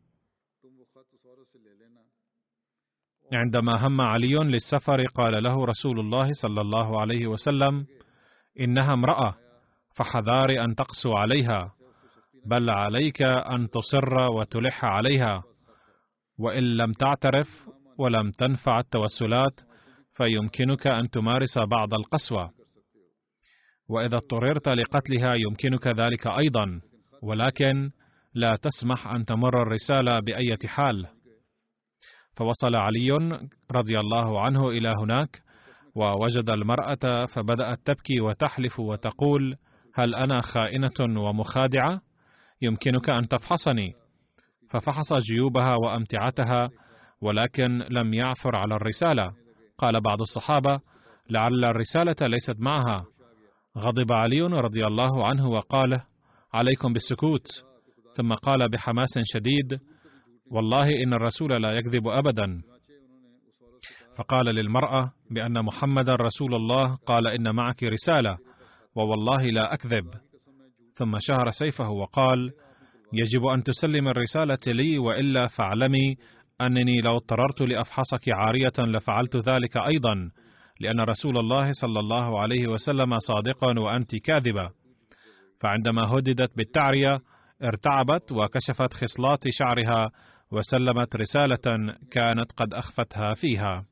B: عندما هم علي للسفر قال له رسول الله صلى الله عليه وسلم: إنها امرأة، فحذار أن تقسو عليها، بل عليك أن تصر وتلح عليها، وإن لم تعترف ولم تنفع التوسلات فيمكنك أن تمارس بعض القسوة، وإذا اضطررت لقتلها يمكنك ذلك أيضا، ولكن لا تسمح أن تمر الرسالة بأية حال. فوصل علي رضي الله عنه إلى هناك ووجد المرأة، فبدأت تبكي وتحلف وتقول: هل أنا خائنة ومخادعة؟ يمكنك أن تفحصني. ففحص جيوبها وأمتعتها ولكن لم يعثر على الرسالة. قال بعض الصحابة: لعل الرسالة ليست معها. غضب علي رضي الله عنه وقال: عليكم بالسكوت. ثم قال بحماس شديد: والله إن الرسول لا يكذب أبدا. فقال للمرأة بأن محمدا رسول الله قال إن معك رسالة ووالله لا أكذب. ثم شهر سيفه وقال: يجب أن تسلم الرسالة لي، وإلا فاعلمي أنني لو اضطررت لأفحصك عارية لفعلت ذلك أيضا، لأن رسول الله صلى الله عليه وسلم صادق وأنت كاذبة. فعندما هددت بالتعرية ارتعبت وكشفت خصلات شعرها وسلمت رسالة كانت قد أخفتها فيها.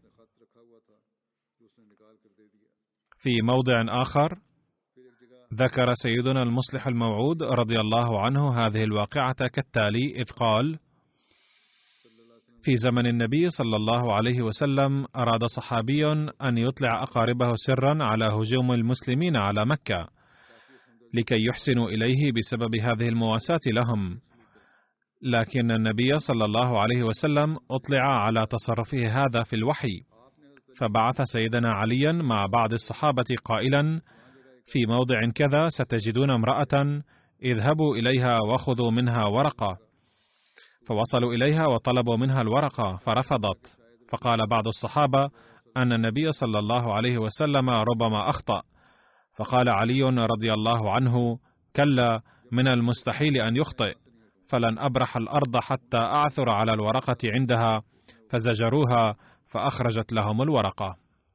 B: في موضع آخر ذكر سيدنا المصلح الموعود رضي الله عنه هذه الواقعة كالتالي، إذ قال: في زمن النبي صلى الله عليه وسلم أراد صحابي أن يطلع أقاربه سرا على هجوم المسلمين على مكة لكي يحسنوا إليه بسبب هذه المواساة لهم، لكن النبي صلى الله عليه وسلم أطلع على تصرفه هذا في الوحي، فبعث سيدنا عليا مع بعض الصحابة قائلا: في موضع كذا ستجدون امرأة، اذهبوا إليها وخذوا منها ورقة. فوصلوا إليها وطلبوا منها الورقة فرفضت. فقال بعض الصحابة: أن النبي صلى الله عليه وسلم ربما أخطأ، فقال علي رضي الله عنه: كلا، من المستحيل أن يخطئ، فلن أبرح الأرض حتى أعثر على الورقة عندها، فزجروها فأخرجت لهم الورقة.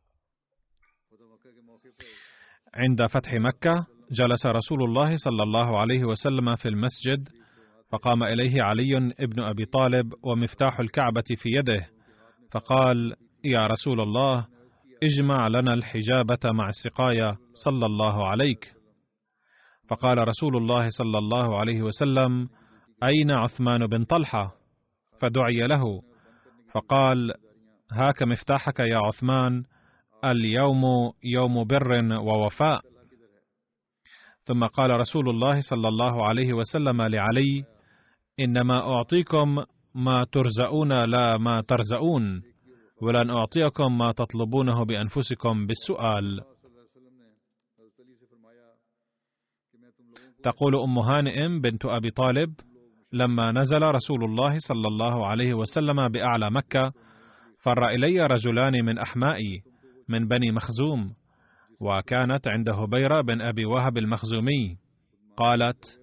B: عند فتح مكة جلس رسول الله صلى الله عليه وسلم في المسجد، فقام إليه علي بن أبي طالب ومفتاح الكعبة في يده، فقال: يا رسول الله، اجمع لنا الحجابة مع السقاية صلى الله عليك. فقال رسول الله صلى الله عليه وسلم: أين عثمان بن طلحة؟ فدعي له، فقال: هاك مفتاحك يا عثمان، اليوم يوم بر ووفاء. ثم قال رسول الله صلى الله عليه وسلم لعلي: إنما أعطيكم ما ترزقون لا ما ترزقون، ولن أعطيكم ما تطلبونه بأنفسكم بالسؤال. تقول أم هانئ بنت أبي طالب: لما نزل رسول الله صلى الله عليه وسلم بأعلى مكة، فر إلي رجلان من أحمائي من بني مخزوم، وكانت عند هبيرة بن أبي وهب المخزومي. قالت: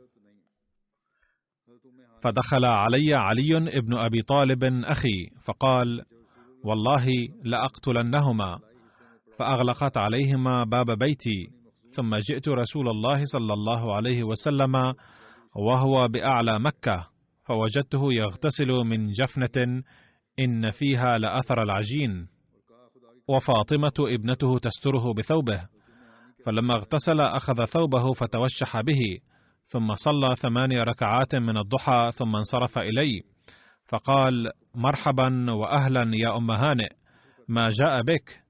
B: فدخل علي علي ابن أبي طالب أخي، فقال: والله لأقتلنهما، فأغلقت عليهما باب بيتي. ثم جئت رسول الله صلى الله عليه وسلم وهو بأعلى مكة، فوجدته يغتسل من جفنة إن فيها لأثر العجين، وفاطمة ابنته تستره بثوبه. فلما اغتسل أخذ ثوبه فتوشح به، ثم صلى ثماني ركعات من الضحى، ثم انصرف إلي، فقال: مرحبا وأهلا يا أم هانئ، ما جاء بك؟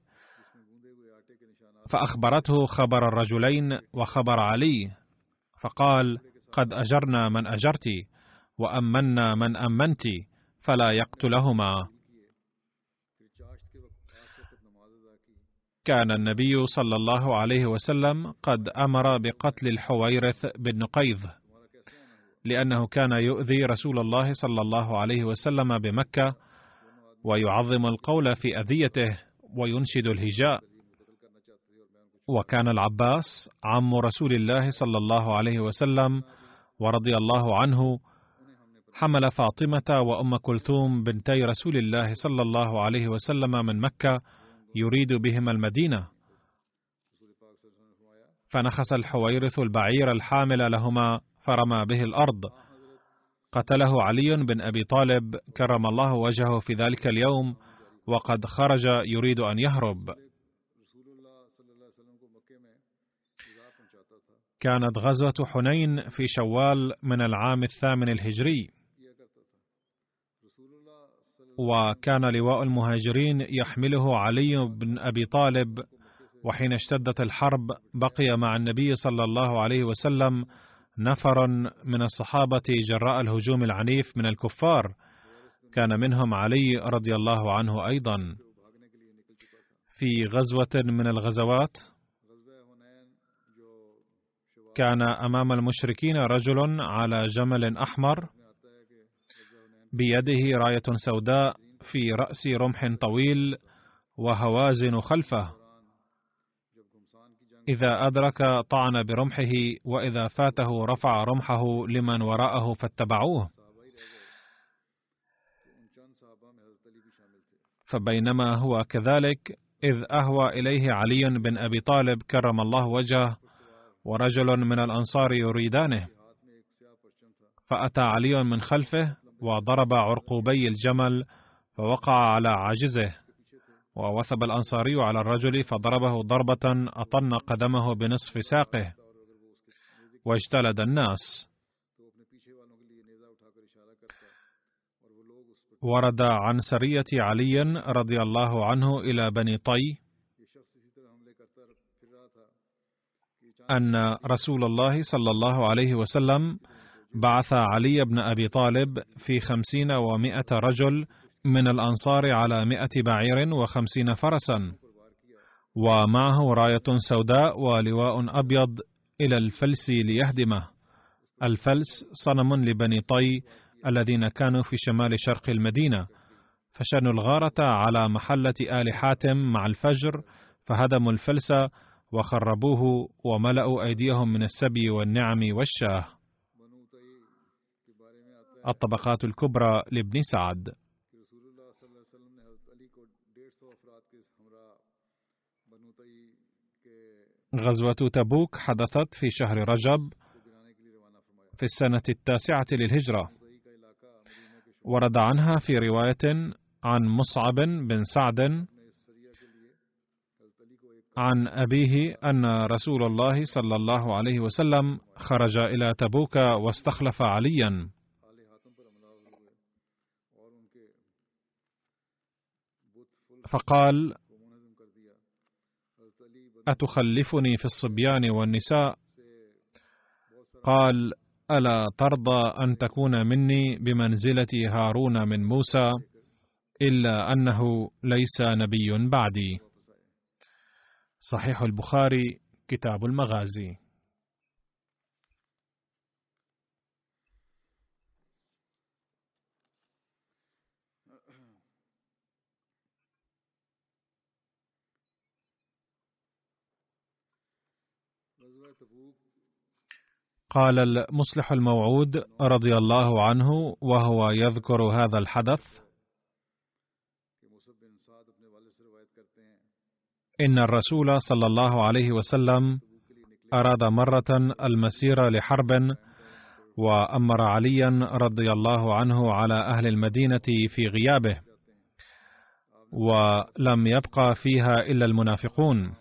B: فأخبرته خبر الرجلين وخبر علي، فقال: قد أجرنا من أجرت، وأمنا من أمنت، فلا يقتلهما. كان النبي صلى الله عليه وسلم قد أمر بقتل الحويرث بن نقيض، لأنه كان يؤذي رسول الله صلى الله عليه وسلم بمكة، ويعظم القول في أذيته، وينشد الهجاء. وكان العباس عم رسول الله صلى الله عليه وسلم ورضي الله عنه حمل فاطمة وأم كلثوم بنتي رسول الله صلى الله عليه وسلم من مكة يريد بهما المدينة، فنخس الحويرث البعير الحامل لهما فرمى به الأرض، قتله علي بن أبي طالب كرم الله وجهه في ذلك اليوم، وقد خرج يريد أن يهرب. كانت غزوة حنين في شوال من العام الثامن الهجري، وكان لواء المهاجرين يحمله علي بن أبي طالب، وحين اشتدت الحرب بقي مع النبي صلى الله عليه وسلم نفر من الصحابة جراء الهجوم العنيف من الكفار، كان منهم علي رضي الله عنه أيضا. في غزوة من الغزوات كان أمام المشركين رجل على جمل أحمر بيده راية سوداء في رأس رمح طويل وهوازن خلفه، إذا أدرك طعن برمحه، وإذا فاته رفع رمحه لمن وراءه فاتبعوه. فبينما هو كذلك إذ أهوى إليه علي بن أبي طالب كرم الله وجهه ورجل من الأنصار يريدانه، فأتى علي من خلفه وضرب عرقوبي الجمل فوقع على عاجزه، ووثب الأنصاري على الرجل فضربه ضربة أطن قدمه بنصف ساقه، واجتلد الناس. ورد عن سرية علي رضي الله عنه إلى بني طي أن رسول الله صلى الله عليه وسلم بعث علي بن أبي طالب في خمسين ومائة رجل من الأنصار على مائة بعير وخمسين فرسا، ومعه راية سوداء ولواء أبيض إلى الفلس ليهدمه. الفلس صنم لبني طي الذين كانوا في شمال شرق المدينة، فشنوا الغارة على محلة آل حاتم مع الفجر، فهدموا الفلس وخربوه وملأوا أيديهم من السبي والنعم والشاه. الطبقات الكبرى لابن سعد. غزوة تبوك حدثت في شهر رجب في السنة التاسعة للهجرة. ورد عنها في رواية عن مصعب بن سعد عن أبيه أن رسول الله صلى الله عليه وسلم خرج إلى تبوك واستخلف عليا، فقال: أتخلفني في الصبيان والنساء؟ قال: ألا ترضى أن تكون مني بمنزلة هارون من موسى، إلا أنه ليس نبي بعدي. صحيح البخاري كتاب المغازي. قال المصلح الموعود رضي الله عنه وهو يذكر هذا الحدث: إن الرسول صلى الله عليه وسلم أراد مرة المسير لحرب، وأمر عليا رضي الله عنه على أهل المدينة في غيابه، ولم يبقى فيها إلا المنافقون،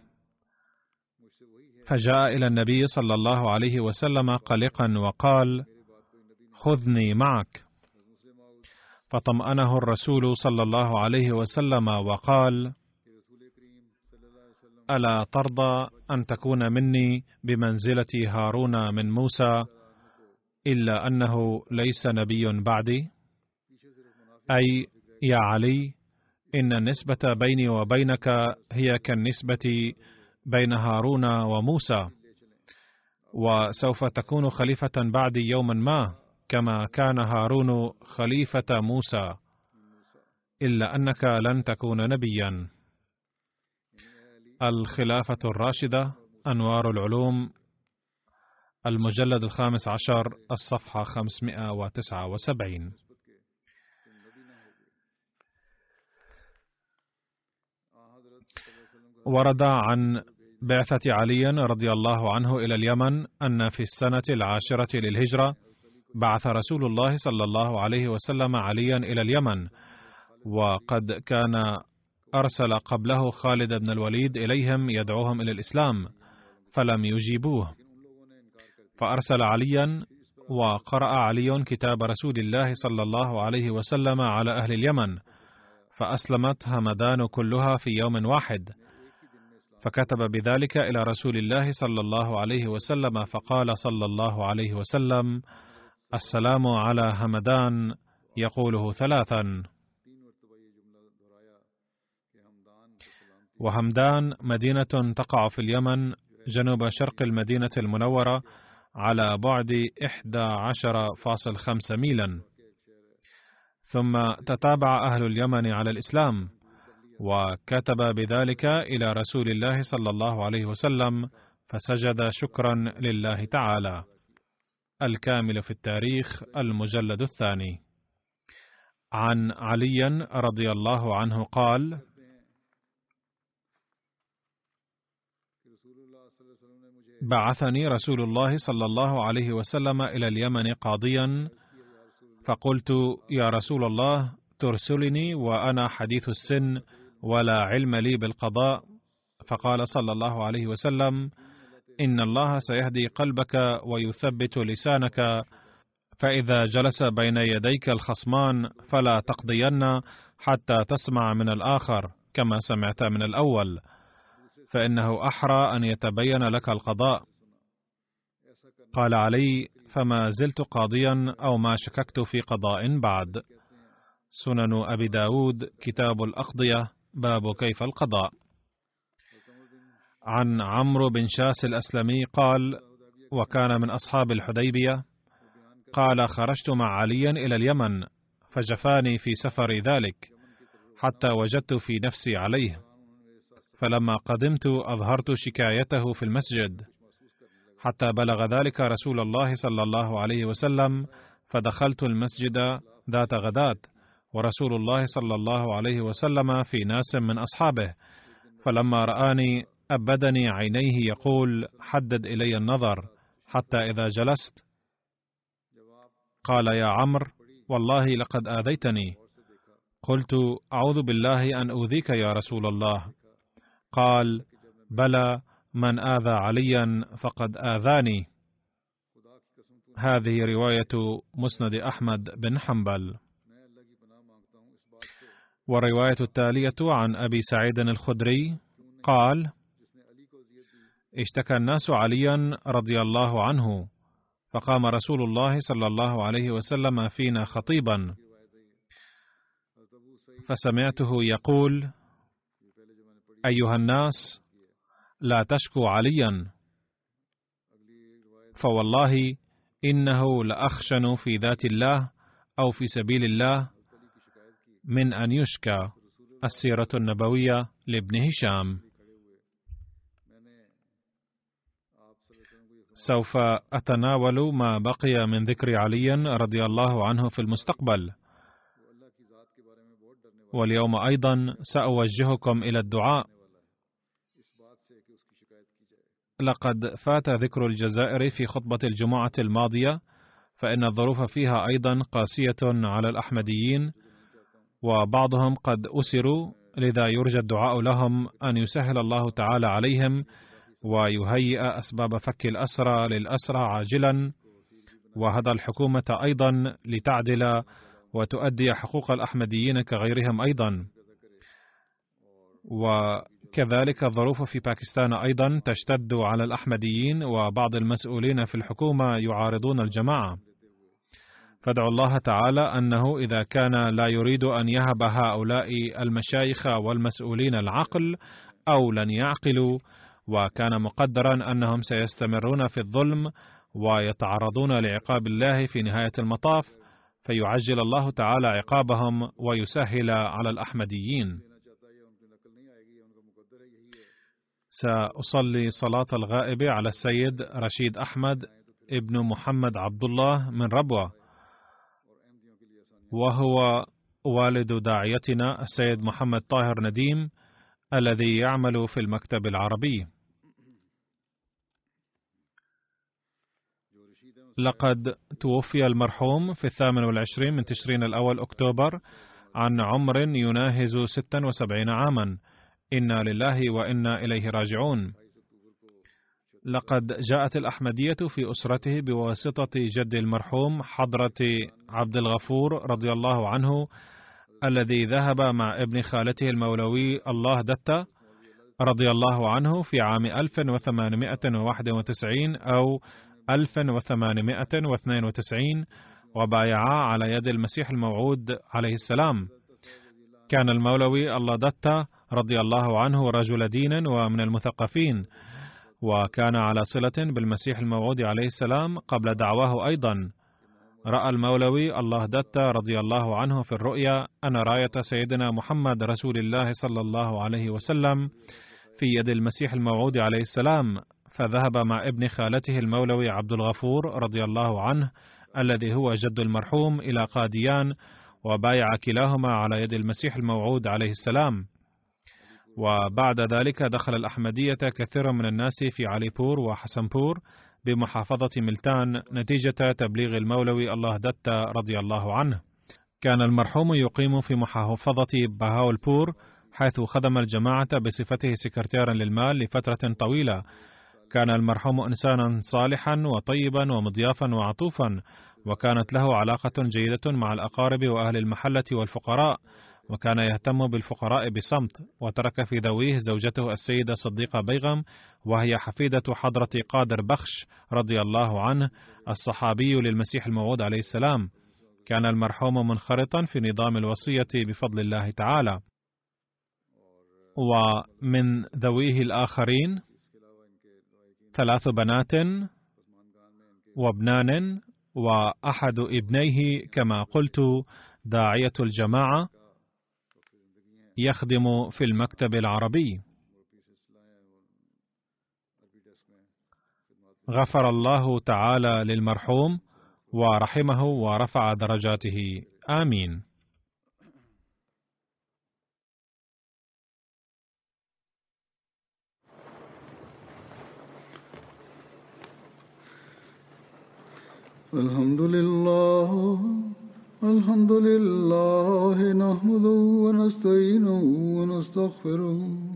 B: فجاء إلى النبي صلى الله عليه وسلم قلقا وقال: خذني معك. فطمأنه الرسول صلى الله عليه وسلم وقال: ألا ترضى أن تكون مني بمنزلة هارون من موسى، إلا أنه ليس نبي بعدي؟ أي يا علي، إن النسبة بيني وبينك هي كالنسبة بين هارون وموسى، وسوف تكون خليفة بعدي يوما ما كما كان هارون خليفة موسى، إلا أنك لن تكون نبيا. الخلافة الراشدة، أنوار العلوم، المجلد الخامس عشر، الصفحة خمسمائة وتسعة وسبعين. ورد عن بعثة علي رضي الله عنه إلى اليمن أن في السنة العاشرة للهجرة بعث رسول الله صلى الله عليه وسلم عليا إلى اليمن، وقد كان أرسل قبله خالد بن الوليد إليهم يدعوهم إلى الإسلام، فلم يجيبوه، فأرسل عليا، وقرأ علي كتاب رسول الله صلى الله عليه وسلم على أهل اليمن، فأسلمت همدان كلها في يوم واحد، فكتب بذلك إلى رسول الله صلى الله عليه وسلم، فقال صلى الله عليه وسلم: السلام على همدان، يقوله ثلاثا. وهمدان مدينة تقع في اليمن جنوب شرق المدينة المنورة على بعد إحدى عشر فاصل خمسة ميلا. ثم تتابع أهل اليمن على الإسلام، وكتب بذلك إلى رسول الله صلى الله عليه وسلم، فسجد شكرا لله تعالى. الكامل في التاريخ، المجلد الثاني. عن علي رضي الله عنه قال: بعثني رسول الله صلى الله عليه وسلم إلى اليمن قاضيا، فقلت: يا رسول الله، ترسلني وأنا حديث السن ولا علم لي بالقضاء؟ فقال صلى الله عليه وسلم: إن الله سيهدي قلبك ويثبت لسانك، فإذا جلس بين يديك الخصمان فلا تقضين حتى تسمع من الآخر كما سمعت من الأول، فإنه أحرى أن يتبين لك القضاء. قال علي: فما زلت قاضيا أو ما شككت في قضاء بعد. سنن أبي داود، كتاب الأقضية، باب كيف القضاء. عن عمرو بن شاس الأسلمي قال: وكان من أصحاب الحديبية، قال: خرجت مع علي إلى اليمن، فجفاني في سفر ذلك، حتى وجدت في نفسي عليه، فلما قدمت أظهرت شكايته في المسجد حتى بلغ ذلك رسول الله صلى الله عليه وسلم، فدخلت المسجد ذات غداة ورسول الله صلى الله عليه وسلم في ناس من أصحابه، فلما رآني أبدني عينيه يقول: حدد إلي النظر. حتى إذا جلست قال: يا عمرو، والله لقد آذيتني. قلت: أعوذ بالله أن أؤذيك يا رسول الله. قال: بلى، من آذى عليا فقد آذاني. هذه رواية مسند أحمد بن حنبل. والرواية التالية عن أبي سعيد الخدري قال: اشتكى الناس عليا رضي الله عنه، فقام رسول الله صلى الله عليه وسلم فينا خطيبا، فسمعته يقول: أيها الناس، لا تشكوا عليا، فوالله إنه لأخشن في ذات الله أو في سبيل الله من أن يشكى. السيرة النبوية لابن هشام. سوف أتناول ما بقي من ذكر علي رضي الله عنه في المستقبل، واليوم أيضا سأوجهكم إلى الدعاء. لقد فات ذكر الجزائر في خطبة الجمعة الماضية، فإن الظروف فيها أيضا قاسية على الأحمديين، وبعضهم قد أسروا، لذا يرجى الدعاء لهم أن يسهل الله تعالى عليهم ويهيئ أسباب فك الأسرى للأسرى عاجلا، وهدى الحكومة أيضا لتعدل وتؤدي حقوق الأحمديين كغيرهم أيضا. وكذلك الظروف في باكستان أيضا تشتد على الأحمديين، وبعض المسؤولين في الحكومة يعارضون الجماعة، فادعوا الله تعالى أنه إذا كان لا يريد أن يهب هؤلاء المشايخ والمسؤولين العقل أو لن يعقلوا، وكان مقدرا أنهم سيستمرون في الظلم ويتعرضون لعقاب الله في نهاية المطاف، فيعجل الله تعالى عقابهم ويسهل على الأحمديين. سأصلي صلاة الغائب على السيد رشيد أحمد ابن محمد عبد الله من ربوة، وهو والد داعيتنا السيد محمد طاهر نديم الذي يعمل في المكتب العربي. لقد توفي المرحوم في الثامن والعشرين من تشرين الأول أكتوبر عن عمر يناهز ستا وسبعين عاما. إنا لله وإنا إليه راجعون. لقد جاءت الأحمدية في أسرته بواسطة جد المرحوم حضرة عبد الغفور رضي الله عنه، الذي ذهب مع ابن خالته المولوي الله دتة رضي الله عنه في عام ألف وثمانمائة وواحد وتسعين أو ألف وثمانمائة واثنين وتسعين، وبايعا على يد المسيح الموعود عليه السلام. كان المولوي الله دتة رضي الله عنه رجل دين ومن المثقفين، وكان على صلة بالمسيح الموعود عليه السلام قبل دعواه أيضا. رأى المولوي الله دتة رضي الله عنه في الرؤيا أن راية سيدنا محمد رسول الله صلى الله عليه وسلم في يد المسيح الموعود عليه السلام، فذهب مع ابن خالته المولوي عبد الغفور رضي الله عنه الذي هو جد المرحوم إلى قاديان، وبايع كلاهما على يد المسيح الموعود عليه السلام. وبعد ذلك دخل الأحمدية كثير من الناس في عليبور وحسنبور بمحافظة ملتان نتيجة تبليغ المولوي الله دتة رضي الله عنه. كان المرحوم يقيم في محافظة بهاولبور، حيث خدم الجماعة بصفته سكرتيرا للمال لفترة طويلة. كان المرحوم إنسانا صالحا وطيبا ومضيافا وعطوفا، وكانت له علاقة جيدة مع الأقارب وأهل المحلة والفقراء، وكان يهتم بالفقراء بصمت. وترك في ذويه زوجته السيدة صديقة بيغم، وهي حفيدة حضرة قادر بخش رضي الله عنه الصحابي للمسيح الموعود عليه السلام. كان المرحوم منخرطا في نظام الوصية بفضل الله تعالى. ومن ذويه الآخرين ثلاث بنات وابنان، وأحد ابنيه كما قلت داعية الجماعة، يخدم في المكتب العربي. غفر الله تعالى للمرحوم ورحمه ورفع درجاته، آمين.
A: الحمد لله الحمد لله نحمده ونستعينه ونستغفره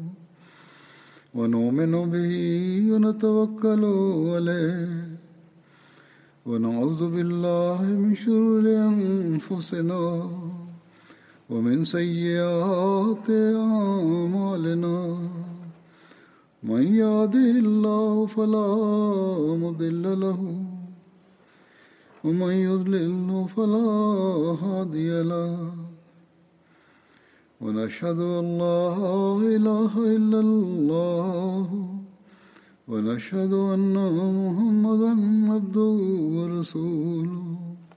A: ونؤمن به ونتوكل عليه ونعوذ بالله من شرور أنفسنا ومن سيئات أعمالنا من يهده الله فلا مضل له ومن يضلل فلا هادي له ونشهد أن لا إله إلا الله ونشهد أن محمدا عبده ورسوله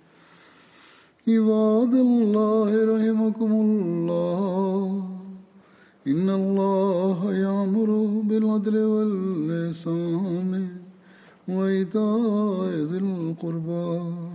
A: عباد الله رحمكم الله إن الله يأمر بالعدل والإحسان وإيتاء ذي القربى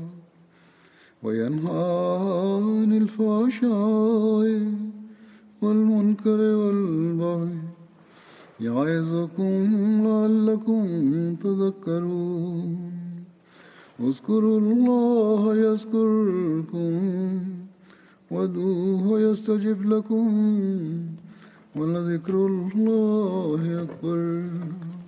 A: وينهى عن الفحشاء والمنكر والبغي يعظكم لعلكم تذكرون اذكروا الله يذكركم وادعوه يستجب لكم ولذكر الله أكبر.